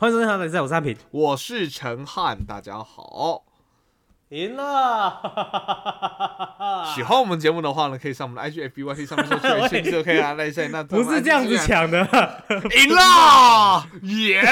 欢迎收听《好比赛》，我是汉平， 我是陈汉，大家好。 赢了！ 喜欢我们节目的话呢，可以上我们的 IG、FB、YT 上面搜“趣就可以啊。那那不是这样子抢的， 赢了，耶！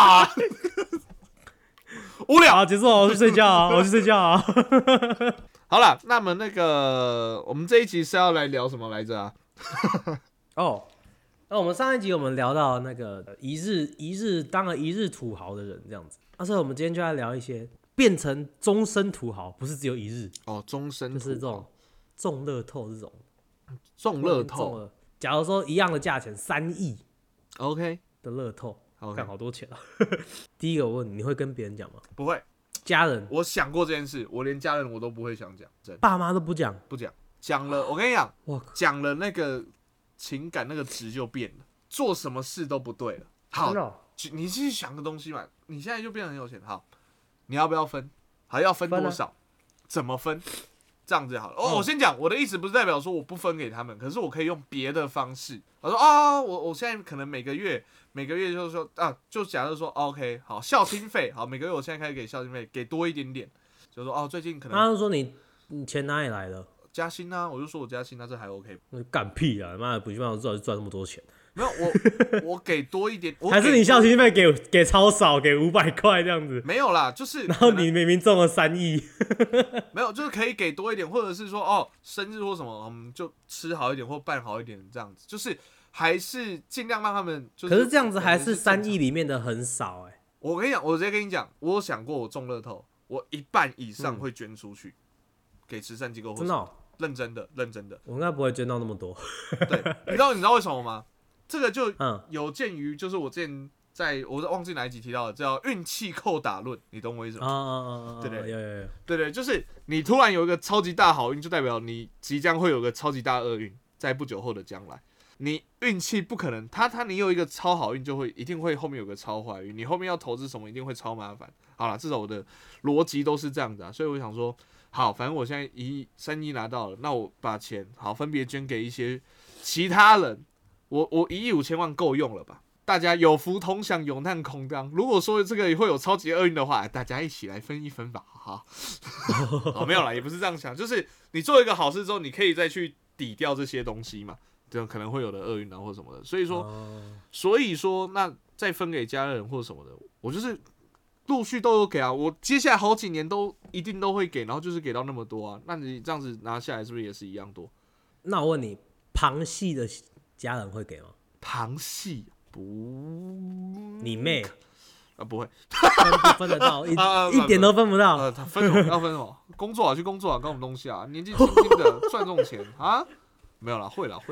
无聊， 好，结束了，我去睡觉啊，我去睡觉啊。 好了，那么我们这一集是要来聊什么来着啊？ 哦，那我们上一集我们聊到那个一日当了一日土豪的人这样子，所以我们今天就来聊一些变成终身土豪，不是只有一日哦，终身土豪就是这种中乐透这种中乐透， 假如说一样的价钱3亿 ，OK 的乐透，干 OK， 好多钱啊！第一个我问你会跟别人讲吗？ 不会， 家人， 我想过这件事，我连家人我都不会想讲，真爸妈都不讲， 不讲，讲了，我跟你讲哇， 讲了那个情感那个值就变了，做什么事都不对了。好， 真的哦你去想个东西嘛，你现在就变得很有钱，好，你要不要分？好，要分多少？怎么分？这样子好了。我先讲，我的意思不是代表说我不分给他们，可是我可以用别的方式。我说啊，我现在可能每个月就是说啊，就假设说 OK， 好，孝亲费，好，每个月我现在开始给孝亲费，给多一点点，就说哦，最近可能他就说你钱哪里来的？ 加薪啊，我就说我加薪啊，这还 OK。 干屁啊！妈的，补习班老师就赚这么多钱， 没有我给多一点， 还是你孝心费给超少，给500块这样子？ 没有啦，就是然后你明明中了3亿， 没有，就是可以给多一点，或者是说哦，生日或什么，我们就吃好一点或办好一点这样子，就是还是尽量让他们就是。 可是这样子还是3亿里面的很少哎。 我跟你讲，我直接跟你讲，我有想过我中乐透，我1半以上会捐出去，给慈善机构或什么。 真的哦？ 认真的， 我应该不会捐到那么多。 对，你知道为什么吗？这个就有鉴于就是我之前我忘记哪一集提到的，叫运气扣打论，你懂我意思吗？对对， 有， 对，就是你突然有一个超级大好运，就代表你即将会有个超级大厄运，在不久后的将来。你运气不可能，你有一个超好运，就一定会后面有个超坏运，你后面要投资什么一定会超麻烦。好啦，至少我的逻辑都是这样子啊，所以我想说，好，反正我现在3亿拿到了，那我把钱好分别捐给一些其他人，我1亿5千万够用了吧？大家有福同享，有难同当。如果说这个会有超级厄运的话，大家一起来分一分吧，哈。好，没有啦，也不是这样想，就是你做一个好事之后，你可以再去抵掉这些东西嘛。这可能会有的厄运啊或什么的，所以说那再分给家人或什么的，我就是陆续都有给啊，我接下来好几年都一定都会给，然后就是给到那么多啊，那你这样子拿下来是不是也是一样多？ 那我问你，旁系的家人会给吗？ 旁系不， 你妹啊不会， 分得到一点都分不到。 分什么？要分什么？工作啊，去工作啊，干什么东西啊？年纪轻轻的赚这种钱啊？没有啦，会啦。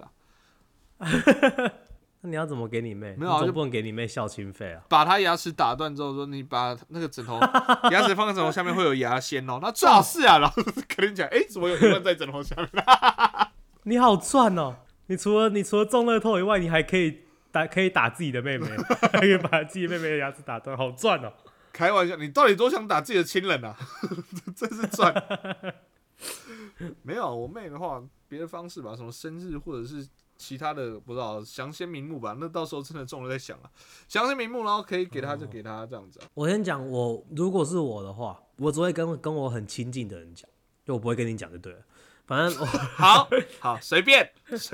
那你要怎么给你妹？ 没有啊， 你总不能给你妹孝亲费啊。 把她牙齿打断之后，说你把那个枕头牙齿放在枕头下面会有牙仙哦，那最好是啊，然后跟你讲，怎么有1万在枕头下面？ 你好赚哦！你除了中乐透以外，你还可以打自己的妹妹，还可以把自己妹妹的牙齿打断，好赚哦！ 开玩笑，你到底多想打自己的亲人啊？真是赚。没有，我妹的话，别的方式吧，什么生日或者是其他的，不知道详先名目吧。那到时候真的中了再想啊，详先名目，然后可以给他就给他这样子啊。 我先讲，如果是我的话，我只会跟我很亲近的人讲，就我不会跟你讲就对了。反正好，随便。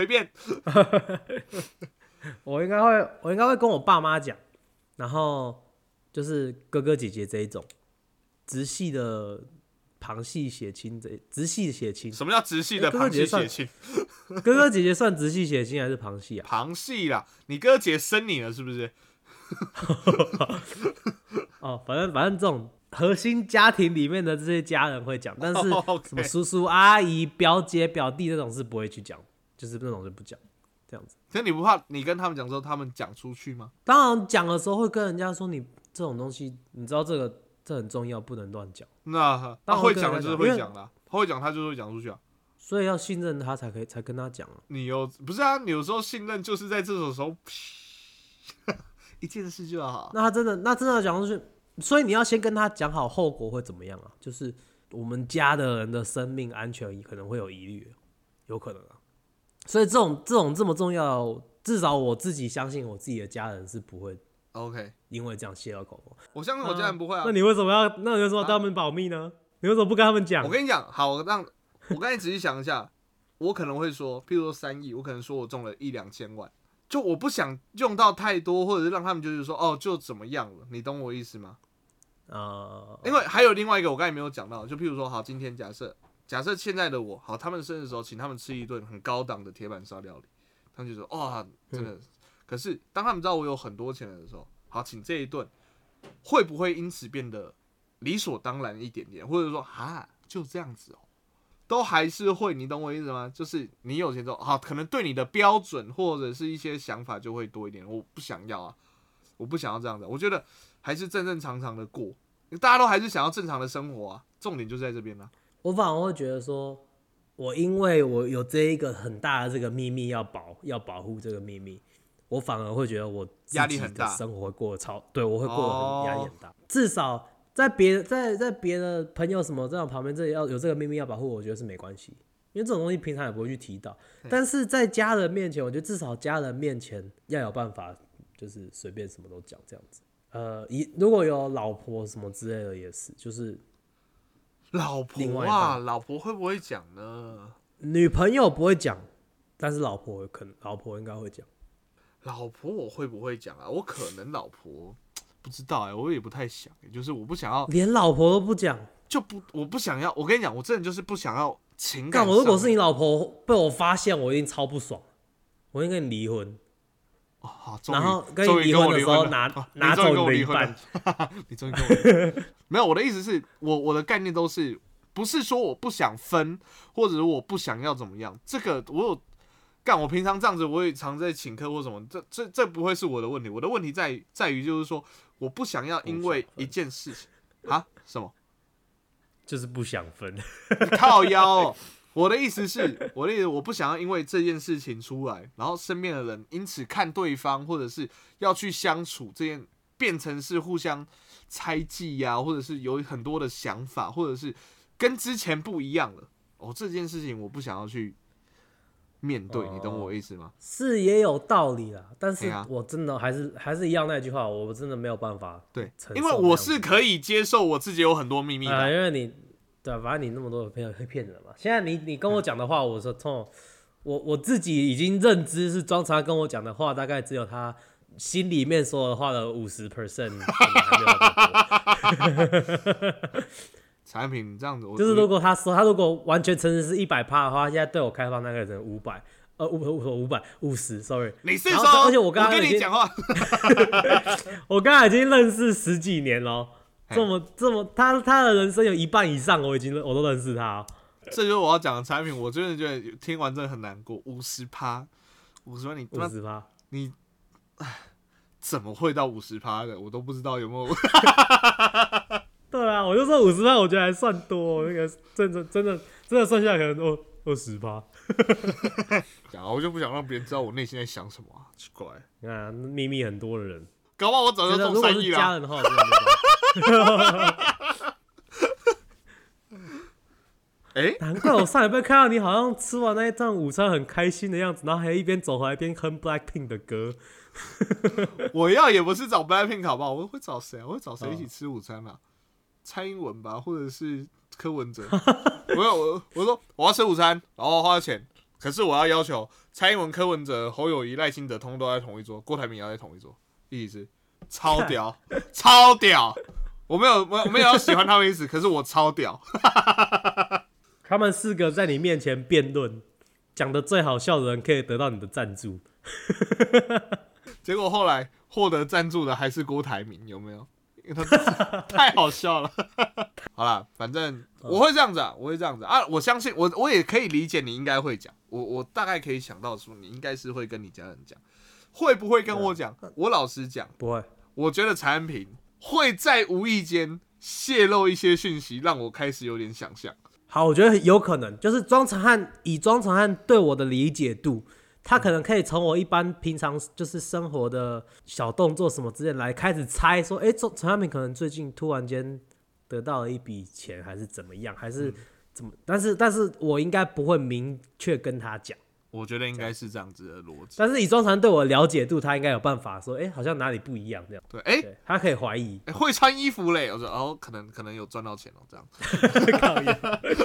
我应该会跟我爸妈讲，然后就是哥哥姐姐这一种直系的。旁系血亲，直系血亲。 什么叫直系的旁系血亲？ 哥哥姐姐算直系血亲还是旁系啊？ 旁系啦，你哥姐生你了是不是？ 哦，反正这种核心家庭里面的这些家人会讲，但是什么叔叔阿姨、表姐表弟这种是不会去讲，就是那种就不讲，这样子。 可是你不怕你跟他们讲之后，他们讲出去吗？ 当然讲的时候会跟人家说，你这种东西，你知道这很重要，不能乱讲。 那会讲的就是会讲啦，他会讲他就会讲出去啊。 所以要信任他才跟他讲啊。 你不是啊？你有时候信任就是在这种时候，一件事就好。 那真的讲出去，所以你要先跟他讲好后果会怎么样啊？就是我们家的人的生命安全可能会有疑虑，有可能啊。所以这种这么重要，至少我自己相信我自己的家人是不会 OK， 因为这样泄露口风。 我相信我家人不会啊。 那你为什么要？那你为什么要对他们保密呢？你为什么不跟他们讲？ 我跟你讲，好，我刚才仔细想一下，我可能会说，譬如说3亿，我可能说我中了1-2千万，就我不想用到太多，或者是让他们就是说哦就怎么样了，你懂我意思吗？因为还有另外一个我刚才没有讲到，就譬如说，好，今天假设现在的我，好，他们生日的时候请他们吃一顿很高档的铁板烧料理，他们就说哇，真的。可是当他们知道我有很多钱的时候，好，请这一顿会不会因此变得理所当然一点点，或者说哈就这样子哦，都还是会，你懂我意思吗？就是你有钱之后，好，可能对你的标准或者是一些想法就会多一点。我不想要啊，我不想要这样子，我觉得还是正正常常的过，大家都还是想要正常的生活啊，重点就在这边啦。 我反而会觉得说，因为我有这一个很大的这个秘密要保护这个秘密，我反而会觉得我自己的生活会过得对，我会过得很压力很大。至少在别的朋友什么这样旁边，这里要有这个秘密要保护，我觉得是没关系，因为这种东西平常也不会去提到。但是在家人面前，我觉得至少家人面前要有办法，就是随便什么都讲这样子。如果有老婆什么之类的也是，就是老婆啊，老婆会不会讲呢？ 女朋友不会讲，但是老婆应该会讲。 老婆我会不会讲啊？我可能老婆不知道我也不太想就是我不想要连老婆都不讲， 我不想要。我跟你讲，我真的就是不想要情感上。 我如果是你老婆被我发现，我一定超不爽，我一定跟你离婚。然后跟你离婚的时候拿走你的一半。 你终于跟我离婚。没有，我的意思是我的概念都是不是说我不想分，或者是我不想要怎么样。这个我平常这样子，我也常在请客或什么，这不会是我的问题。我的问题在于就是说，我不想要因为一件事情啊什么， 就是不想分。 靠腰我的意思是，我不想要因为这件事情出来，然后身边的人因此看对方，或者是要去相处，这件变成是互相猜忌呀，或者是有很多的想法，或者是跟之前不一样了。这件事情我不想要去面对，你懂我意思吗？ 是也有道理啦，但是我真的还是一样那句话，我真的没有办法。 对，因为我是可以接受我自己有很多秘密的， 因为你对，反正你那么多的朋友会骗人嘛。现在你跟我讲的话，我说我自己已经认知是庄查跟我讲的话，大概只有他心里面说的话的50%，还没有产品这样子， 就是如果他如果完全诚实是100%的话，现在对我开放那个人550，sorry。 你是说？ 而且我跟你讲话， 我刚才已经认识10几年了，这么他的人生有一半以上，我都认识他。 这就是我要讲的产品，我真的觉得听完真的很难过。50%，你 50%， 你怎么会到50%的？我都不知道有没有。 对啊，我就说50%，我觉得还算多。那个真的算下来可能20%。 我就不想让别人知道我内心在想什么奇怪。 你看秘密很多的人， 搞不好我早就中3亿了。如果是家人的话，我真的没办法。难怪我上礼拜看到你好像吃完那一顿午餐很开心的样子，然后还一边走回来一边哼 Blackpink 的歌。 我要也不是找 Blackpink 好不好？我会找谁啊？我会找谁一起吃午餐啊？蔡英文吧，或者是柯文哲。我说我要吃午餐，然后花钱，可是我要求蔡英文、柯文哲、侯友宜、赖清德通都在同一桌，郭台铭也要在同一桌，一起吃，超屌，超屌！我没有要喜欢他们意思，可是我超屌。 他们4个在你面前辩论，讲的最好笑的人可以得到你的赞助。 结果后来获得赞助的还是郭台铭，有没有？因为他太好笑了。好啦，反正我会这样子啊，我相信我也可以理解你应该会讲，我大概可以想到说你应该是会跟你家人讲，会不会跟我讲？我老实讲， 不会。 我觉得产品会在无意间泄露一些讯息，让我开始有点想象。 好，我觉得有可能，就是以庄成汉对我的理解度。他可能可以从我一般平常就是生活的小动作什么之类来开始猜说，陈汉平可能最近突然间得到了一笔钱，还是怎么样，还是怎么？但是我应该不会明确跟他讲， 我觉得应该是这样子的逻辑。 但是以庄传对我的了解度，他应该有办法说，好像哪里不一样这样。 对， 他可以怀疑， 会穿衣服嘞，我说可能有赚到钱这样。 靠腰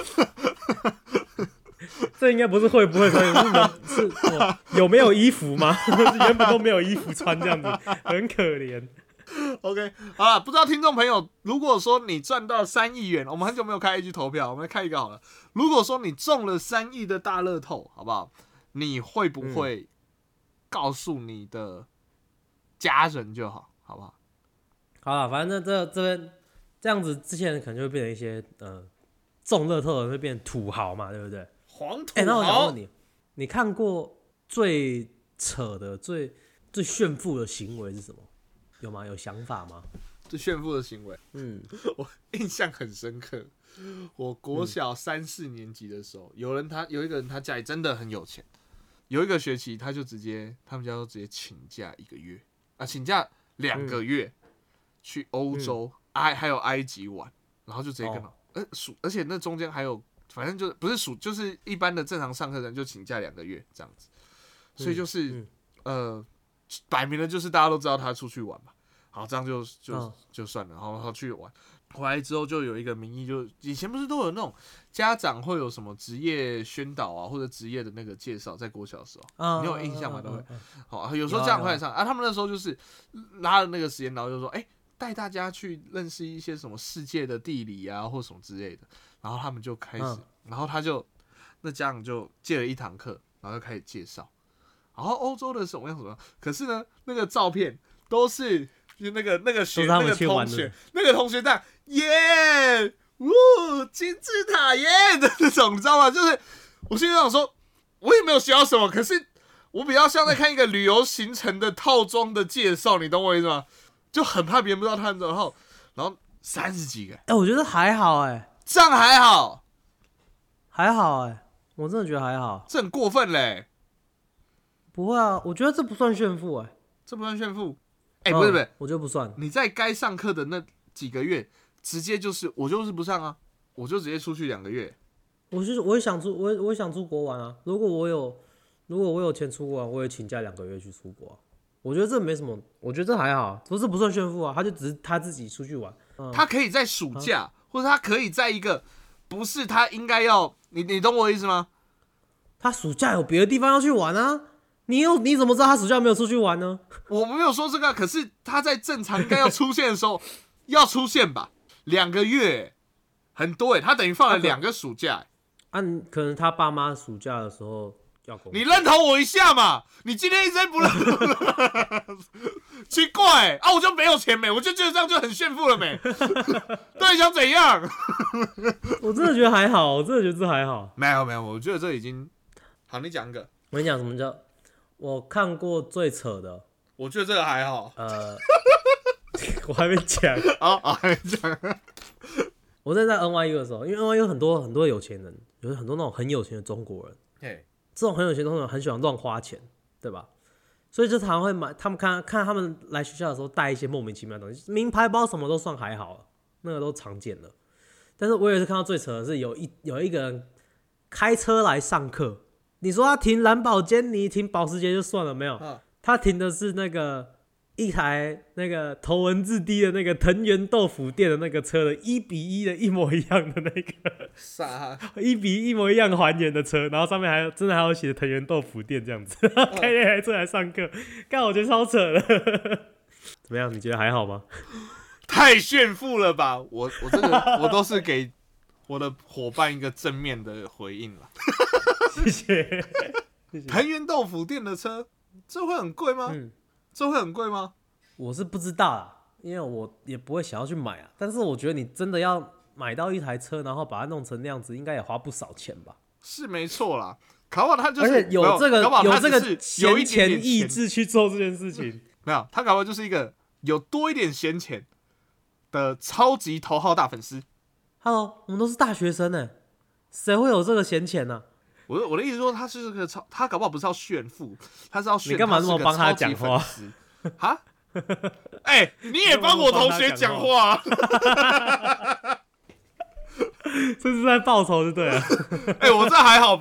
这应该不是会不会穿，是有没有衣服吗？原本都没有衣服穿这样子，很可怜。 OK， 好了，不知道听众朋友，如果说你赚到3亿元，我们很久没有开 IG 投票，我们来开一个好了。如果说你中了3亿的大乐透，好不好？你会不会告诉你的家人就好，好不好？ 好了，反正这边这样子，之前可能就会变成一些中乐透的人会变土豪嘛，对不对？ 黄土豪。 那我想问你，你看过最扯的、最炫富的行为是什么？有吗？有想法吗？ 最炫富的行为，我印象很深刻。我国小3、4年级的时候，有一个人他家里真的很有钱，有一个学期他们家就直接请假1个月啊，请假2个月去欧洲、还有埃及玩，然后就直接跟而且那中间还有，反正就不是就是一般的正常上课人就请假2个月这样子，所以就是摆明了就是大家都知道他出去玩嘛，好，这样就算了，然后去玩，回来之后就有一个名义，就以前不是都有那种家长会有什么职业宣导啊，或者职业的那个介绍，在国小的时候，你有印象吗？都会，好，有时候家长会来上啊，他们那时候就是拉了那个时间，然后就说，带大家去认识一些什么世界的地理啊，或什么之类的，然后他们就开始，然后那家长就借了1堂课，然后就开始介绍。然后欧洲的什么样，可是呢，那个照片都是就那个同学这样耶，金字塔耶的那种，你知道吗？就是我心里想说，我也没有学到什么，可是我比较像在看一个旅游行程的套装的介绍，你懂我意思吗？就很怕别人不知道他们，然后30几个， 我觉得还好这样还好， 我真的觉得还好， 这很过分嘞。 不会啊，我觉得这不算炫富这不算炫富，不是， 我觉得不算。 你在该上课的那几个月，直接我就是不上啊，我就直接出去2个月。 我也想出国玩啊。如果我有钱出国玩，我也请假2个月去出国啊。我觉得这没什么，我觉得这还好，这不算炫富啊。他就只是他自己出去玩， 他可以在暑假，或者他可以在一个不是他应该要，你懂我的意思吗？ 他暑假有别的地方要去玩啊。你怎么知道他暑假没有出去玩呢？ 我没有说这个，可是他在正常该要出现的时候要出现吧？2个月，很多他等于放了2个暑假可能他爸妈暑假的时候要工作。 你认同我一下嘛？你今天一直在不认同，奇怪我就没有钱没？我就觉得这样就很炫富了没？到底想怎样？ 我真的觉得还好，我真的觉得这还好。 没有，我觉得这已经好。你讲一个， 我跟你讲什么叫？我看过最扯的， 我觉得这个还好。 我还没讲。 还没讲。 我在 NYU 的时候，因为 NYU 很多有钱人，有很多那种很有钱的中国人，这种很有钱的中国人很喜欢乱花钱，对吧？所以就常常会买，他们看他们来学校的时候带一些莫名其妙的东西，名牌包什么都算还好了，那个都常见了。但是我也是看到最扯的是有一个人开车来上课。你说他停蓝宝坚尼、停保时捷就算了，没有，他停的是一台那个头文字 D 的那个藤原豆腐店的那个车的1:1的一模一样的那个1:1一模一样还原的车，然后上面真的还有写藤原豆腐店这样子，开那台车来上课，干我觉得超扯的。怎么样？你觉得还好吗？ 太炫富了吧！我这个我都是给我的伙伴一个正面的回应了。 谢谢。 藤原豆腐店的车，这会很贵吗？这会很贵吗？ 我是不知道啦，因为我也不会想要去买啊。但是我觉得你真的要买到一台车，然后把它弄成那样子，应该也花不少钱吧？ 是没错啦，搞不好他就是， 而且有这个闲钱意志志去做这件事情。 没有，他搞不好就是一个有多一点闲钱的超级头号大粉丝。 Hello， 我们都是大学生哎，谁会有这个闲钱呢？ 我的意思说，他是个他搞不好不是要炫富，他是要炫。 你干嘛那么帮他讲话？ 哈？你也帮我同学讲话，这是在报仇就对了。 我这还好吧？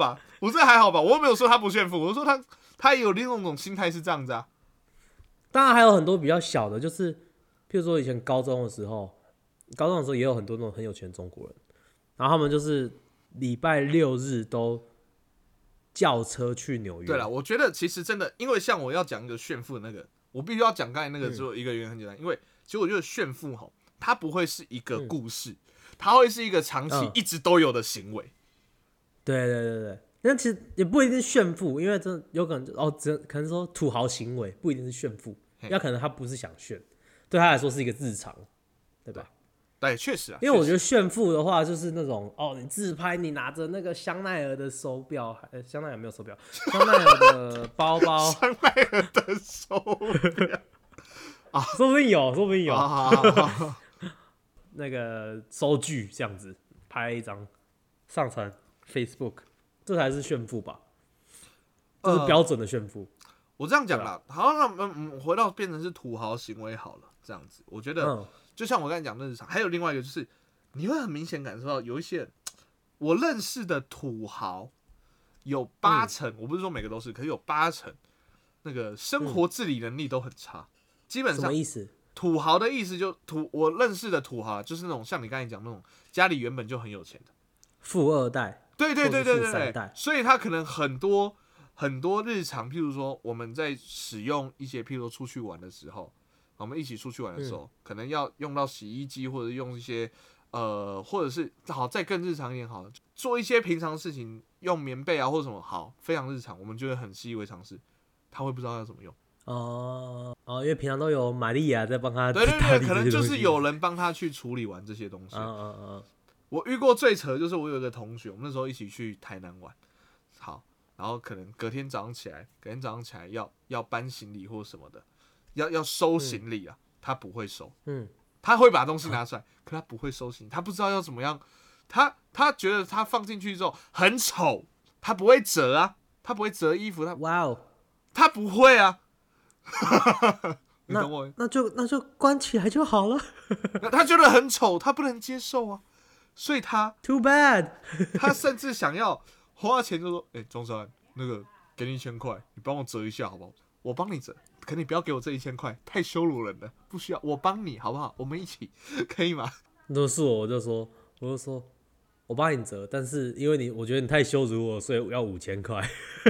我这还好吧，我又没有说他不炫富，我说他也有另外一种心态是这样子啊。 当然还有很多比较小的，就是譬如说以前高中的时候也有很多那种很有钱的中国人，然后他们就是礼拜六日都叫车去纽约。 对了，我觉得其实真的，因为像我要讲一个炫富的那个，我必须要讲刚才那个，只有一个原因很简单，因为其实我觉得炫富吼，它不会是一个故事，它会是一个长期一直都有的行为。 对，但其实也不一定是炫富，因为真的有可能可能说土豪行为不一定是炫富，要可能他不是想炫，对他来说是一个日常，对吧？ 对，确实啊。 因为我觉得炫富的话，就是那种你自拍，你拿着那个香奈儿的手表，香奈儿没有手表，香奈儿的包包， 香奈儿的手表啊，说不定有， 好那个收据这样子拍一张上传 Facebook， 这才是炫富吧？这是标准的炫富。 我这样讲啦，好，那我们回到变成是土豪行为好了，这样子，我觉得。就像我刚才讲的日常，还有另外一个就是，你会很明显感受到有一些我认识的土豪，有80%，我不是说每个都是，可是有80%那个生活自理能力都很差。基本上什么意思？ 土豪的意思就我认识的土豪就是那种像你刚才讲那种家里原本就很有钱的富二代， 对， 富三代， 所以他可能很多日常，譬如说我们在使用一些，譬如说出去玩的时候。我们一起出去玩的时候，可能要用到洗衣机，或者用一些或者是好再更日常一点好了，做一些平常的事情，用棉被啊或者什么好，非常日常，我们觉得很习以为常事，他会不知道要怎么用。因为平常都有玛利亚在帮他。 对，可能就是有人帮他去处理完这些东西。我遇过最扯的就是我有一个同学，我们那时候一起去台南玩，好，然后可能隔天早上起来要搬行李或什么的。要收行李啊，他不会收，他会把东西拿出来，可他不会收行李，他不知道要怎么样，他觉得他放进去之后很丑，他不会折啊，他不会折衣服，他不会啊，你懂我？ 那就关起来就好了。 他觉得很丑，他不能接受啊，所以他 too bad， 他甚至想要花钱就说，中山那个给你1000块，你帮我折一下好不好？我帮你折，可你不要给我这1000块，太羞辱人了，不需要，我帮你好不好？我们一起，可以吗？ 如果是我就说，我帮你折，但是因为我觉得你太羞辱我，所以我要5000块，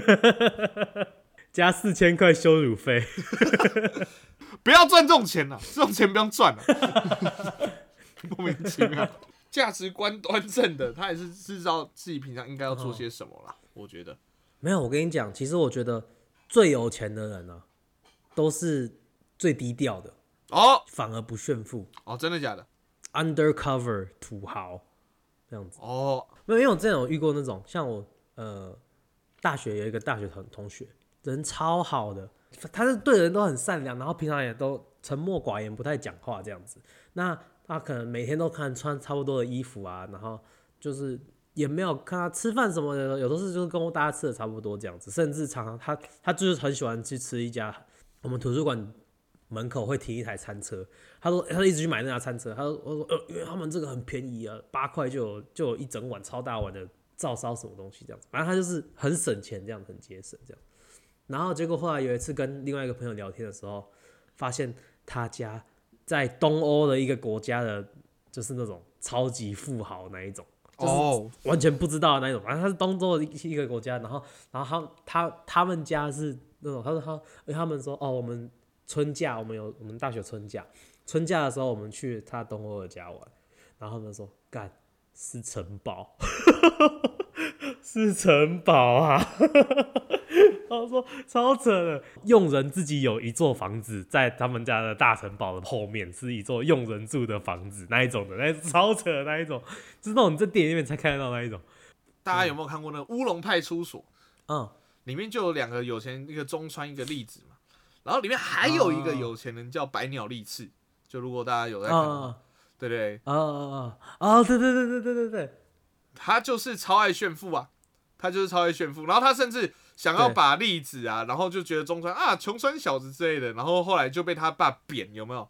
加4000块羞辱费。 不要赚这种钱啊，这种钱不用赚啊，莫名其妙。价值观端正的，他也是知道自己平常应该要做些什么啦。我觉得没有，我跟你讲，其实我觉得最有钱的人啊，都是最低调的反而不炫富真的假的 ？Undercover 土豪这样子没有，因为我之前有遇过那种，像我大学有一个大学同学，人超好的，他是对人都很善良，然后平常也都沉默寡言，不太讲话这样子。那他可能每天都看穿差不多的衣服啊，然后就是也没有看他吃饭什么的，有的是就是跟大家吃的差不多这样子，甚至常常他就是很喜欢去吃一家我们图书馆门口会停一台餐车，他一直去买那家餐车，我说因为他们这个很便宜啊，8块就有一整碗超大碗的照烧什么东西这样子，反正他就是很省钱这样，很节省这样。然后结果后来有一次跟另外一个朋友聊天的时候，发现他家在东欧的一个国家的，就是那种超级富豪那一种，就是完全不知道的那一种。反正他是东欧的一个国家，然后他们家是那种，他们说我们春假我们大学春假的时候我们去他东欧的家玩，然后他们说干是城堡，是城堡啊。他说超扯的，佣人自己有一座房子在他们家的大城堡的后面，是一座佣人住的房子那一种的，那超扯的那一种，就是那种你在电影里面才看得到那一种。 大家有没有看过那个《乌龙派出所》？里面就有2个有钱人，一个中川，一个栗子嘛。然后里面还有一个有钱人叫百鸟利次，就如果大家有在看的话，对不对？ 对， 他就是超爱炫富啊，他就是超爱炫富，然后他甚至想要把栗子啊，然后就觉得中川啊穷酸小子之类的，然后后来就被他爸扁，有没有？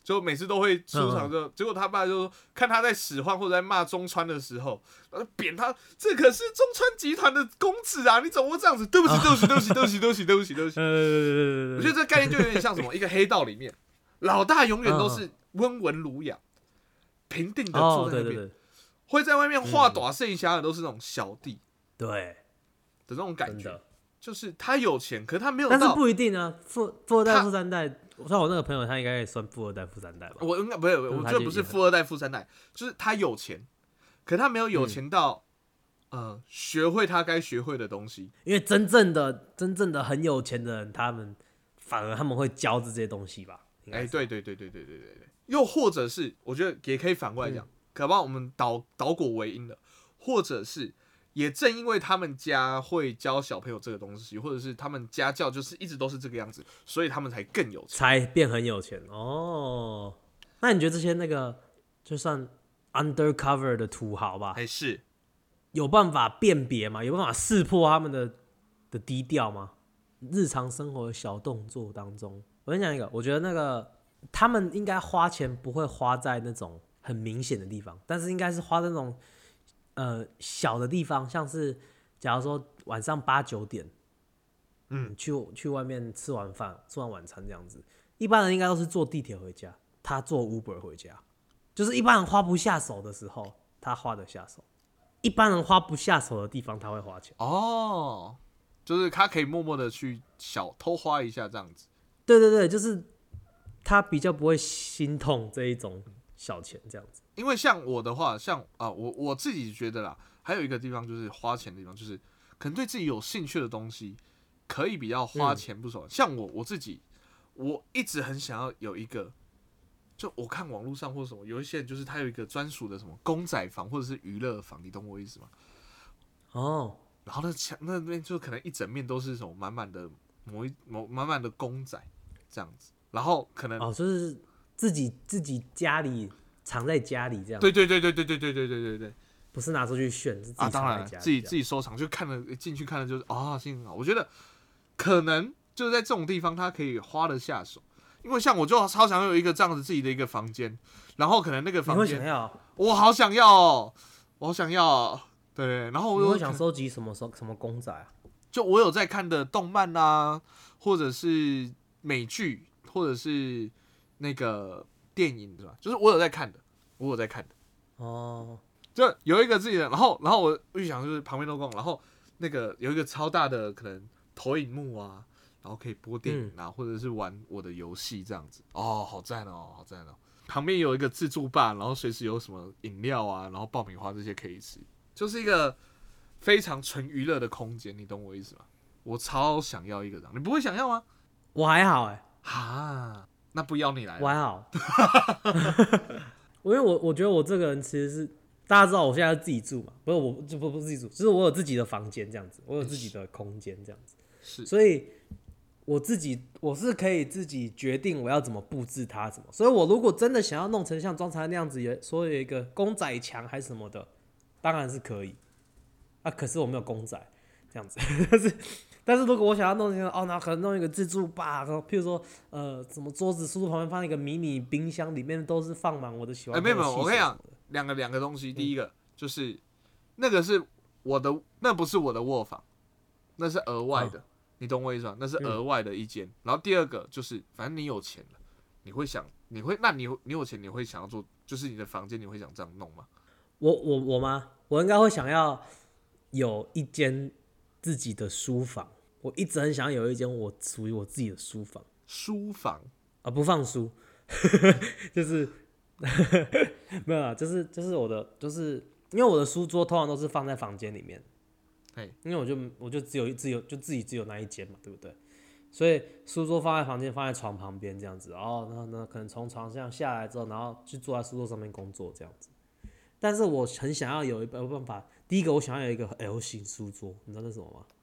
就每次都会出场之后，结果他爸就说看他在使唤或者在骂中川的时候，然后扁他，这可是中川集团的公子啊，你怎么会这样子？对不起，对不起，对不起，对不起，对不起，对不起，对不起。我觉得这个概念就有点像什么，一个黑道里面，老大永远都是温文儒雅、平定的坐在那边，会在外面画大剩下的都是那种小弟， 对的那种感觉。就是他有钱，可是他没有到， 但是不一定啊。富二代、富三代，像我那个朋友，他应该也算富二代、富三代吧？ 我应该不是，我觉得不是富二代、富三代，就是他有钱，可是他没有钱到，学会他该学会的东西。 因为真正的很有钱的人，反而他们会教这些东西吧？ 对，又或者是我觉得也可以反过来讲，搞不好我们倒果为因了，或者是。也正因为他们家会教小朋友这个东西，或者是他们家教就是一直都是这个样子，所以他们才更有钱， 才变很有钱哦。那你觉得这些那个就算 undercover 的土豪吧， 是有办法辨别吗？有办法识破他们的低调吗？日常生活的小动作当中，我跟你讲一个，我觉得那个他们应该花钱不会花在那种很明显的地方，但是应该是花在那种。小的地方，像是假如说晚上8、9点，去外面吃完饭、吃完晚餐这样子，一般人应该都是坐地铁回家，他坐 Uber 回家，就是一般人花不下手的时候，他花得下手；一般人花不下手的地方，他会花钱。 哦，就是他可以默默的去偷花一下这样子。 对，就是他比较不会心痛这一种小钱这样子。 因为像我的话，我自己觉得啦，还有一个地方就是花钱的地方，就是可能对自己有兴趣的东西，可以比较花钱不少。像我自己，我一直很想要有一个，就我看网络上或者什么，有一些人就是他有一个专属的什么公仔房或者是娱乐房，你懂我意思吗？ 哦， 然后那边就可能一整面都是什么满满的满满的公仔这样子，然后可能就是自己家里。藏在家里这样， 对， 不是拿出去炫，是自己藏在当然自己收藏，就看了进去看了就是心很好。我觉得可能就是在这种地方，他可以花得下手，因为像我就超想有一个这样子自己的一个房间，然后可能那个房间，我好想要哦，我好想要哦，对，然后我会想收集什么公仔啊？ 就我有在看的动漫啊，或者是美剧，或者是那个。电影是吧？就是我有在看的。哦，就有一个自己的，然后我预想就是旁边都空，然后那个有一个超大的可能投影幕啊，然后可以播电影啊，或者是玩我的游戏这样子。好赞哦，好赞哦！旁边有一个自助吧，然后随时有什么饮料啊，然后爆米花这些可以吃，就是一个非常纯娱乐的空间，你懂我意思吗？我超想要一个这样，你不会想要吗？ 我还好那不邀你来， 我还好，因为我觉得我这个人其实是大家知道我现在自己住嘛，不是自己住，就是我有自己的房间这样子，我有自己的空间这样子，所以我是可以自己决定我要怎么布置它什么，所以我如果真的想要弄成像庄才那样子，说有一个公仔墙还是什么的，当然是可以，可是我没有公仔这样子，但是如果我想要弄一个那可能弄一个自助吧，譬如说什么桌子、书桌旁边放一个迷你冰箱，里面都是放满我的喜欢喝的汽水。没有， 我跟你讲，两个东西，第一个就是那个是我的，那不是我的卧房，那是额外的，你懂我意思吗？那是额外的一间。然后第二个就是，反正你有钱了，你有钱，你会想要做，就是你的房间，你会想这样弄吗？ 我吗？我应该会想要有一间自己的书房。我一直很想有一间属于我自己的书房。 书房不放书，就是没有啦，就是我的，就是因为我的书桌通常都是放在房间里面，因为我就自己只有那一间嘛，对不对？所以书桌放在房间，放在床旁边这样子，然后那可能从床上下来之后，然后去坐在书桌上面工作这样子。但是我很想要有办法，第一个我想要有一个 L 型书桌，你知道那是什么吗？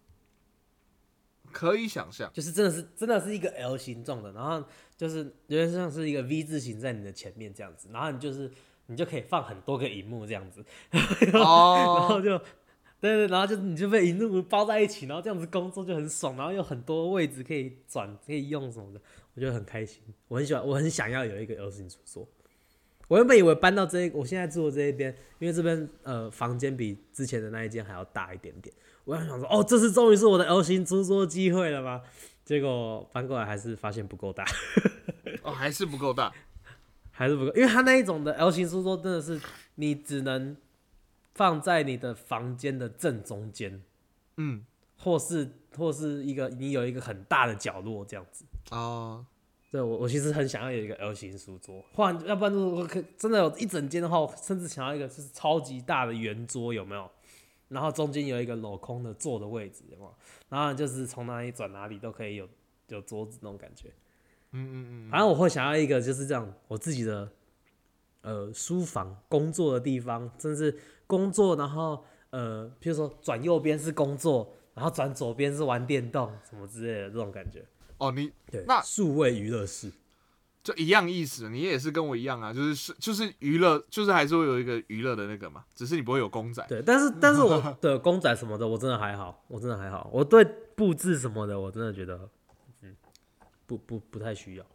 可以想象， 就是真的是一个 L 形状的，然后就是有点像是一个 V 字形在你的前面这样子，然后你就可以放很多个萤幕这样子，然后就对对，然后就是你就被一路包在一起，然后这样子工作就很爽，然后有很多位置可以转可以用什么的，我觉得很开心。我很喜欢，我很想要有一个 L 型书桌。我原本以为搬到我现在住的这一边，因为这边房间比之前的那一间还要大一点点，我想说，哦，这次终于是我的 L 型书桌机会了吗？结果搬过来还是发现不够大。 哦，还是不够大， 还是不够，因为它那一种的 L 型书桌真的是你只能放在你的房间的正中间， 嗯， 或是你有一个很大的角落这样子。 哦， 对，我其实很想要有一个 L 型书桌，要不然如果真的有一整间的话，我甚至想要一个就是超级大的圆桌，有没有？然后中间有一个镂空的坐的位置，有没有？然后就是从哪里转哪里都可以有桌子那种感觉。反正我会想要一个就是这样，我自己的书房、工作的地方，甚至工作，然后譬如说转右边是工作，然后转左边是玩电动什么之类的这种感觉。 哦，你对， 那数位娱乐室就一样意思，你也是跟我一样啊，就是娱乐，就是还是会有一个娱乐的那个嘛，只是你不会有公仔。 对，但是我的公仔什么的我真的还好，我对布置什么的我真的觉得不太需要。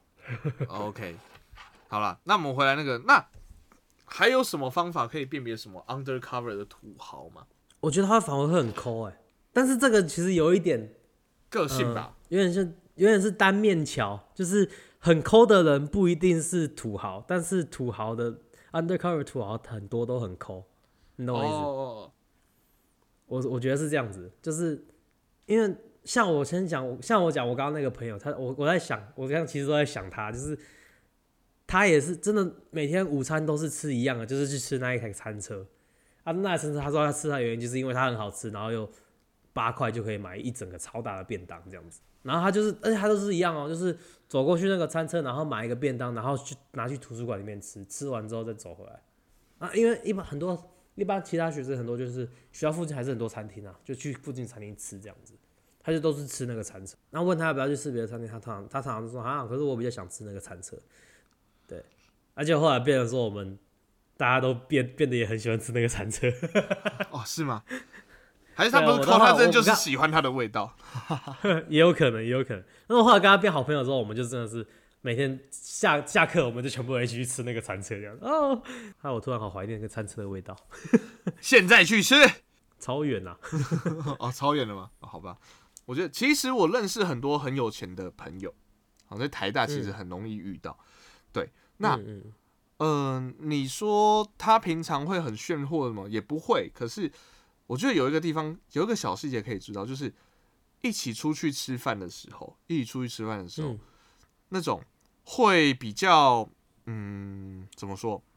OK， 好了，那我们回来那还有什么方法可以辨别什么 undercover 的土豪吗？ 我觉得他反而会很抠但是这个其实有一点个性吧， 有点是单面桥，就是很抠的人不一定是土豪，但是土豪的 undercover 土豪很多都很抠，你懂我意思？ 哦， 我觉得是这样子，就是因为像我讲我刚刚那个朋友，我在想，我刚刚其实都在想他，就是他也是真的每天午餐都是吃一样的，就是去吃那一台餐车。那台餐车他说他吃它的原因就是因为它很好吃，然后又8块就可以买一整个超大的便当这样子。然后他就是，而且他都是一样哦，就是走过去那个餐车，然后买一个便当，然后拿去图书馆里面吃，吃完之后再走回来。因为一般其他学生很多就是学校附近还是很多餐厅啊，就去附近餐厅吃这样子。他就都是吃那个餐车，然后问他要不要去吃别的餐厅，他常常就说可是我比较想吃那个餐车。对，而且后来变成说我们大家都变得也很喜欢吃那个餐车。 哦，是吗？还是他不是抠，他真的就是喜欢它的味道？ 也有可能。那我后来跟他变好朋友之后，我们就真的是每天下课我们就全部人一起去吃那个餐车这样。哦，我突然好怀念那个餐车的味道。 现在去吃， 超远啊！ 哦，超远了吗？哦，好吧。我觉得其实我认识很多很有钱的朋友，好在台大其实很容易遇到。对，那你说他平常会很炫货吗？也不会。可是我觉得有一个地方有一个小细节可以知道，就是一起出去吃饭的时候，那种会比较怎么说？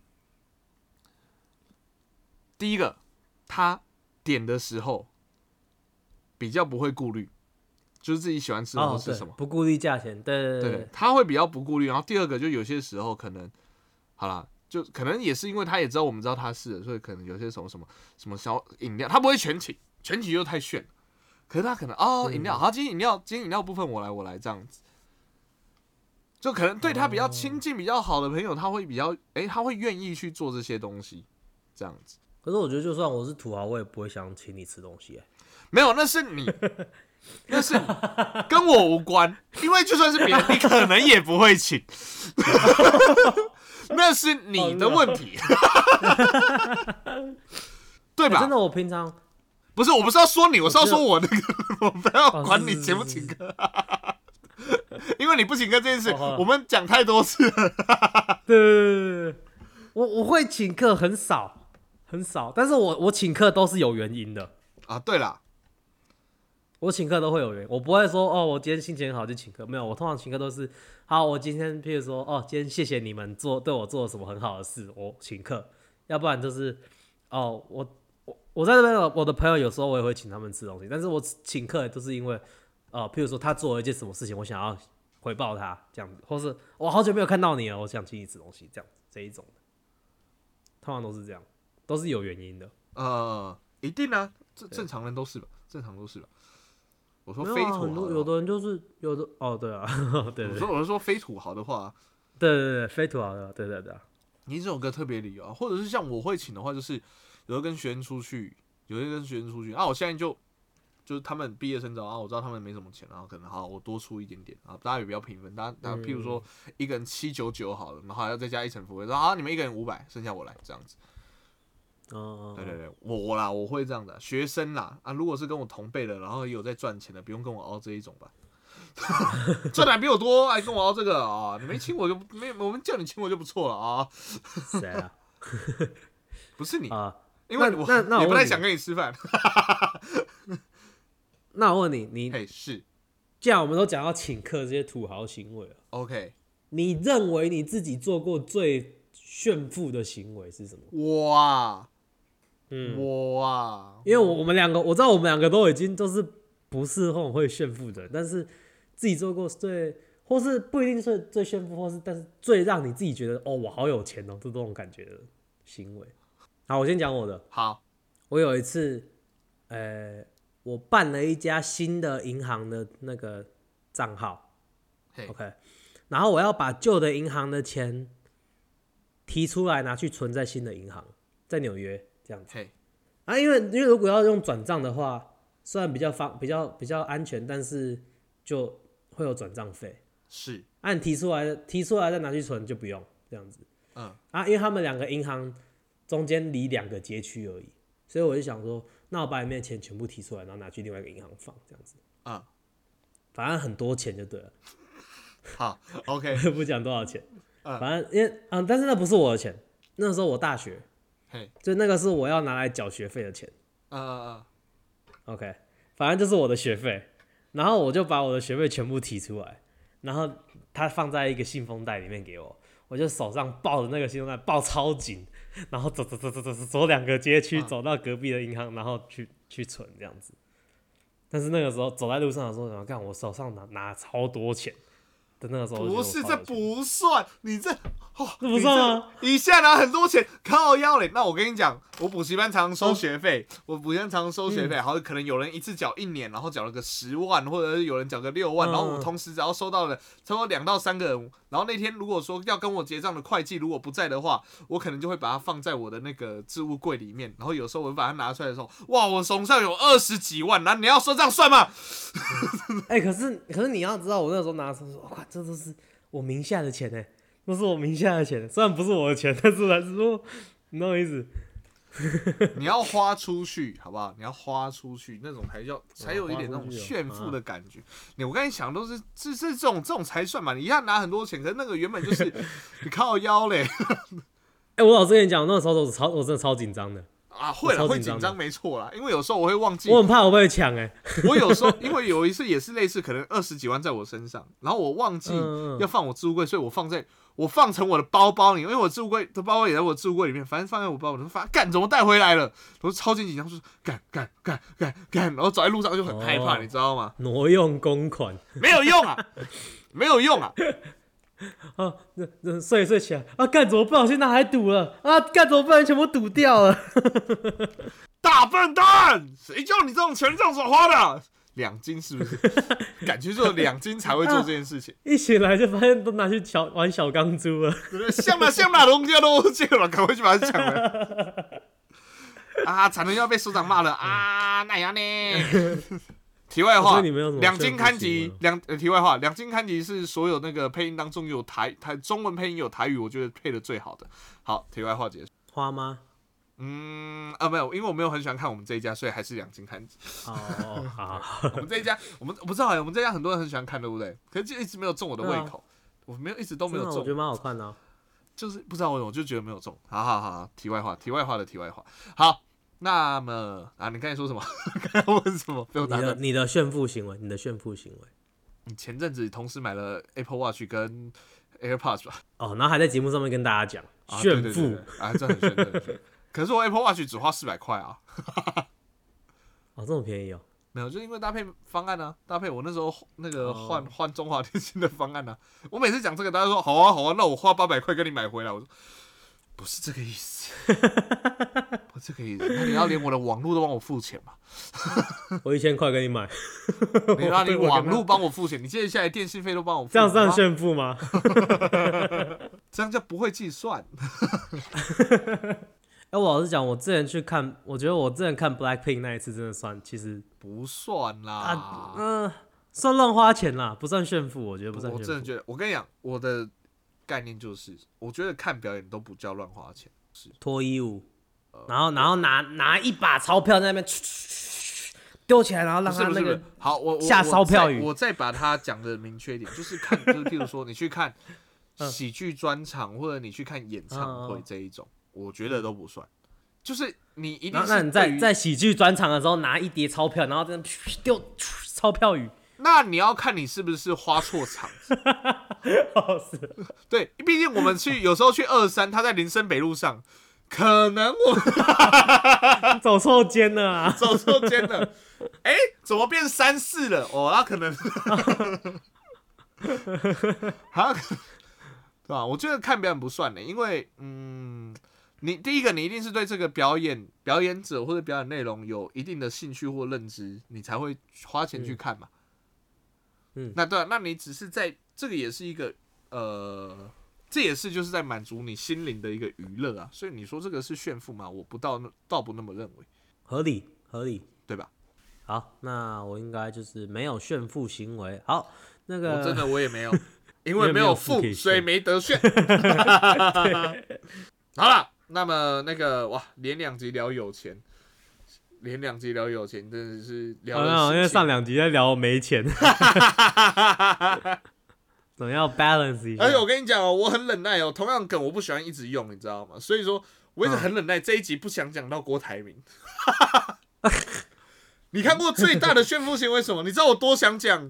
第一个，他点的时候比较不会顾虑，就是自己喜欢吃的或是什么， 不顾虑价钱，对， 他会比较不顾虑。然后第二个，就有些时候可能，好啦，就可能也是因为他也知道我们知道他是的，所以可能有些什么小饮料，他不会全请又太炫了。可是他可能饮料好，今天饮料部分我来这样子，就可能对他比较亲近、比较好的朋友，他会他会愿意去做这些东西，这样子。 可是我觉得，就算我是土豪，我也不会想请你吃东西。 没有，那是你，跟我无关。因为就算是别人，你可能也不会请，那是你的问题，对吧？ 真的，我平常不是，我不是要说你，我是要说我那个，我不要管你请不请客，因为你不请客这件事，我们讲太多次了。 对，我会请客很少，但是我请客都是有原因的啊。对啦， 我请客都会有原因，我不会说我今天心情很好就请客，没有，我通常请客都是好，我今天譬如说今天谢谢你们对我做了什么很好的事，我请客，要不然就是我在这边，我的朋友有时候我也会请他们吃东西，但是我请客都是因为譬如说他做了一件什么事情，我想要回报他这样子，或是我好久没有看到你了，我想请你吃东西这样子，这一种的，通常都是这样，都是有原因的。 一定啊，正常人都是吧，我说非土豪， 有的人就是有的对啊，对， 我是说非土豪的话， 对，非土豪的，对， 你这有个特别理由啊，或者是像我会请的话，就是有时候跟学生出去， 有些跟学生出去啊，我现在就是他们毕业生找啊，我知道他们没什么钱，然后可能好我多出一点点啊，大家也不要平分，大家譬如说一个人799好了，然后还要再加一层服务费，说好你们一个人500，剩下我来这样子。对，我会这样的、学生啦啊，如果是跟我同辈的，然后有在赚钱的，不用跟我熬这一种吧。赚的比我多，还跟我熬这个啊？你没请我就没，我们叫你请我就不错了啊。 谁啊？ 不是你啊？ 因为我也不太想跟你吃饭。 那我问你， 是， 既然我们都讲到请客这些土豪行为了 ，OK， 你认为你自己做过最炫富的行为是什么？ 我啊， 因为我们两个，我知道我们两个都已经都是不是很会炫富的人，但是自己做过或是不一定是最炫富，但是最让你自己觉得哦，我好有钱哦，这种感觉的行为。好，我先讲我的。 好， 我有一次，我办了一家新的银行的那个账号 ，OK， 然后我要把旧的银行的钱提出来拿去存在新的银行，在纽约这样子。因为如果要用转账的话，虽然比较安全，但是就会有转账费。 是， 你提出来再拿去存就不用这样子。因为他们两个银行中间离2个街区而已，所以我就想说，那我把里面的钱全部提出来，然后拿去另外一个银行放，这样子。反正很多钱就对了。 好 ，OK， 我也不讲多少钱。反正因为但是那不是我的钱，那时候我大学，就那个是我要拿来缴学费的钱。OK， 反正就是我的学费，然后我就把我的学费全部提出来，然后他放在一个信封袋里面给我，我就手上抱着那个信封袋抱超紧，然后走2个街区，走到隔壁的银行，然后去存这样子。但是那个时候走在路上的时候，看我手上拿超多钱的那个时候， 不是这不算，你这这不算吗？ 一下拿很多钱，靠腰嘞。那我跟你讲，我补习班常收学费，好，可能有人一次缴1年，然后缴了个10万，或者是有人缴个6万，然后我同时只要收到了差不多2到3个人，然后那天如果说要跟我结账的会计如果不在的话，我可能就会把它放在我的那个置物柜里面，然后有时候我把它拿出来的时候，哇，我手上有20几万，那你要说这样算吗？ 可是你要知道，我那时候拿的时候说，哇，这都是我名下的钱哎，都是我名下的钱，虽然不是我的钱，但是还是说，你懂我意思？ 你要花出去，好不好？你要花出去，那种才有一点那种炫富的感觉。我跟你讲，都是这种才算嘛。你一下拿很多钱，可是那个原本就是你靠腰嘞。 我老实跟你讲，那个时候我真的超紧张的。 会啦，会紧张没错啦，因为有时候我会忘记， 我很怕我被抢我有时候因为有一次也是类似，可能20几万在我身上，然后我忘记要放我置物柜，所以我放成我的包包里，因为我置物柜的包包也在我置物柜里面，反正放在我包，我就发干怎么带回来了，我就超级紧张，说干，然后走在路上就很害怕，你知道吗？ 挪用公款没有用啊，没有用啊。 睡起来干怎么不小心拿海赌了干怎么不小心全部赌掉了？ 大笨蛋，谁叫你这种钱这样子花的？2金是不是？感觉只有2金才会做这件事情。 一起来就发现都拿去玩小钢珠了。 像哪东西都借了，赶快去把它抢了。才能要被首长骂了那样呢？题外话，2金刊集题外话，2金刊集是所有那个配音当中有台中文配音有台语，我觉得配的最好的。好，题外话结束。 花吗？ 没有，因为我没有很喜欢看我们这一家，所以还是2金刊集。 好。 我们这一家，我不知道我们这一家很多人很喜欢看，对不对？可是就一直没有中我的胃口，我一直都没有中。 我觉得蛮好看的就是不知道我就觉得没有中。好，题外话的题外话。好。那么你刚才说什么？刚才问什么？ 你的炫富行为， 你前阵子同时买了 Apple Watch 跟 AirPods 吧？ 然后还在节目上面跟大家讲炫富这很炫。可是我 Apple Watch 只花400块啊！ 这么便宜哦？ 没有，就因为搭配方案搭配我那时候那个换中华电信的方案我每次讲这个，大家说好啊，那我花800块跟你买回来，我说不是这个意思。不是这个意思，那你要连我的网络都帮我付钱嘛？ 我1000块给你买， 你让你网络帮我付钱，你接下来电信费都帮我付， 这样算炫富吗？ 这样就不会计算。 我老实讲，我之前去看，我觉得我之前看 Blackpink 那一次真的算，其实不算啦， 算乱花钱啦，不算炫富，我觉得不算炫富。 我真的觉得，我跟你讲，我的概念就是，我觉得看表演都不叫乱花钱，是脱衣舞，然后拿一把钞票在那边丢起来，然后让他那个好，我下钞票雨。 我再把它讲的明确一点，就是就是譬如说你去看喜剧专场，或者你去看演唱会这一种，我觉得都不算。就是你一定是那你在喜剧专场的时候拿一叠钞票，然后在那丢钞票雨。 那你要看你是不是花错场子。 是。 对，毕竟我们有时候去23，他在林森北路上。可能我走错间了啊！ 走错间了，怎么变3、4了？哦，那可能，好，对吧？我觉得看表演不算的，因为你第一个，你一定是对这个表演者或者表演内容有一定的兴趣或认知，你才会花钱去看嘛。那对，那你只是在这个也是一个这也是就是在满足你心灵的一个娱乐啊，所以你说这个是炫富吗？我倒不那么认为，合理， 对吧？好，那我应该就是没有炫富行为。好，那个我真的我也没有，因为没有富，所以没得炫。好了，那么那个哇，连2集聊有钱，真的是聊了， 因为上2集在聊没钱。总要 balance 一下。 而且我跟你讲我很忍耐同样梗我不喜欢一直用，你知道吗？所以说我一直很忍耐，这一集不想讲到郭台铭。你看过最大的炫富行为什么？你知道我多想讲？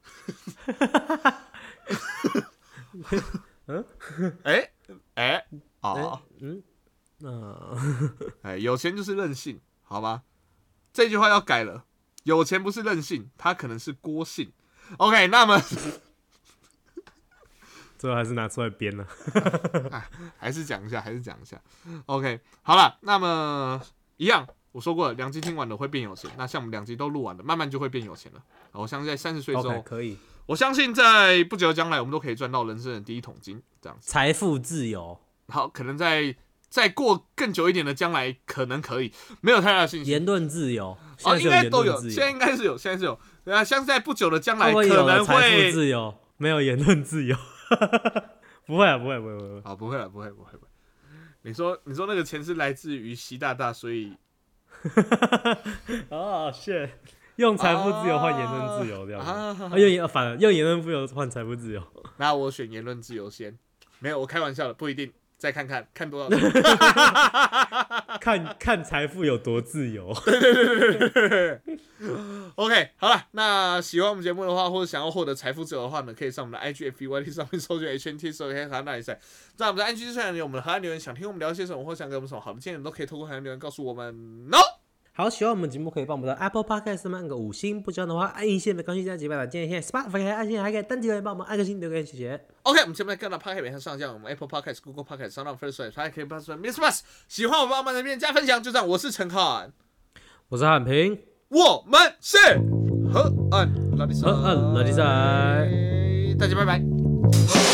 有钱就是任性，好吗？这句话要改了，有钱不是任性，他可能是郭姓。OK， 那么。 最后还是拿出来编了。 还是讲一下。OK， 好了，那么一样，我说过了，2集听完了会变有钱。那像我们2集都录完了，慢慢就会变有钱了。我相信在30岁之后， 可以。 我相信在不久的将来，我们都可以赚到人生的第一桶金，这样子。 财富自由。 好，可能再过更久一点的将来，可能可以，没有太大的信心。 言论自由， 应该都有，现在应该是有，对啊，像在不久的将来，可能会财富自由，没有言论自由。不会。 好，不会。你说那个钱是来自于习大大，所以 shit， 用财富自由换言论自由这样子，用言论自由换财富自由。 那我选言论自由先，没有，我开玩笑的，不一定。再看多少钱。 看财富有多自由。 对。OK， 好了，那喜欢我们节目的话，或者想要获得财富自由的话呢，可以上我们的 IGFBYT 上面搜寻 HNT 搜寻荷兰那里赛。在我们的 IG 上有我们的荷兰留言，想听我们聊些什么，或想给我们什么好的建议，都可以透过荷兰留言告诉我们。 好，喜欢我们节目可以帮我们的 Apple Podcast 按个5星，不喜欢的话按1星，没关系，这样几百的建议。现在 Spotify 可以按星，还可以单击留言帮我们按个星留言，谢谢。 OK， 我们节目在各大 Podcast 平台上架，我们 Apple Podcast、Google Podcast、SoundOn、Firstory， 还可以帮我们 Mixplus。喜欢我们帮忙的面加分享，就这样。我是陈浩， 我是汉平， 我们是河岸拉力赛， 大家拜拜。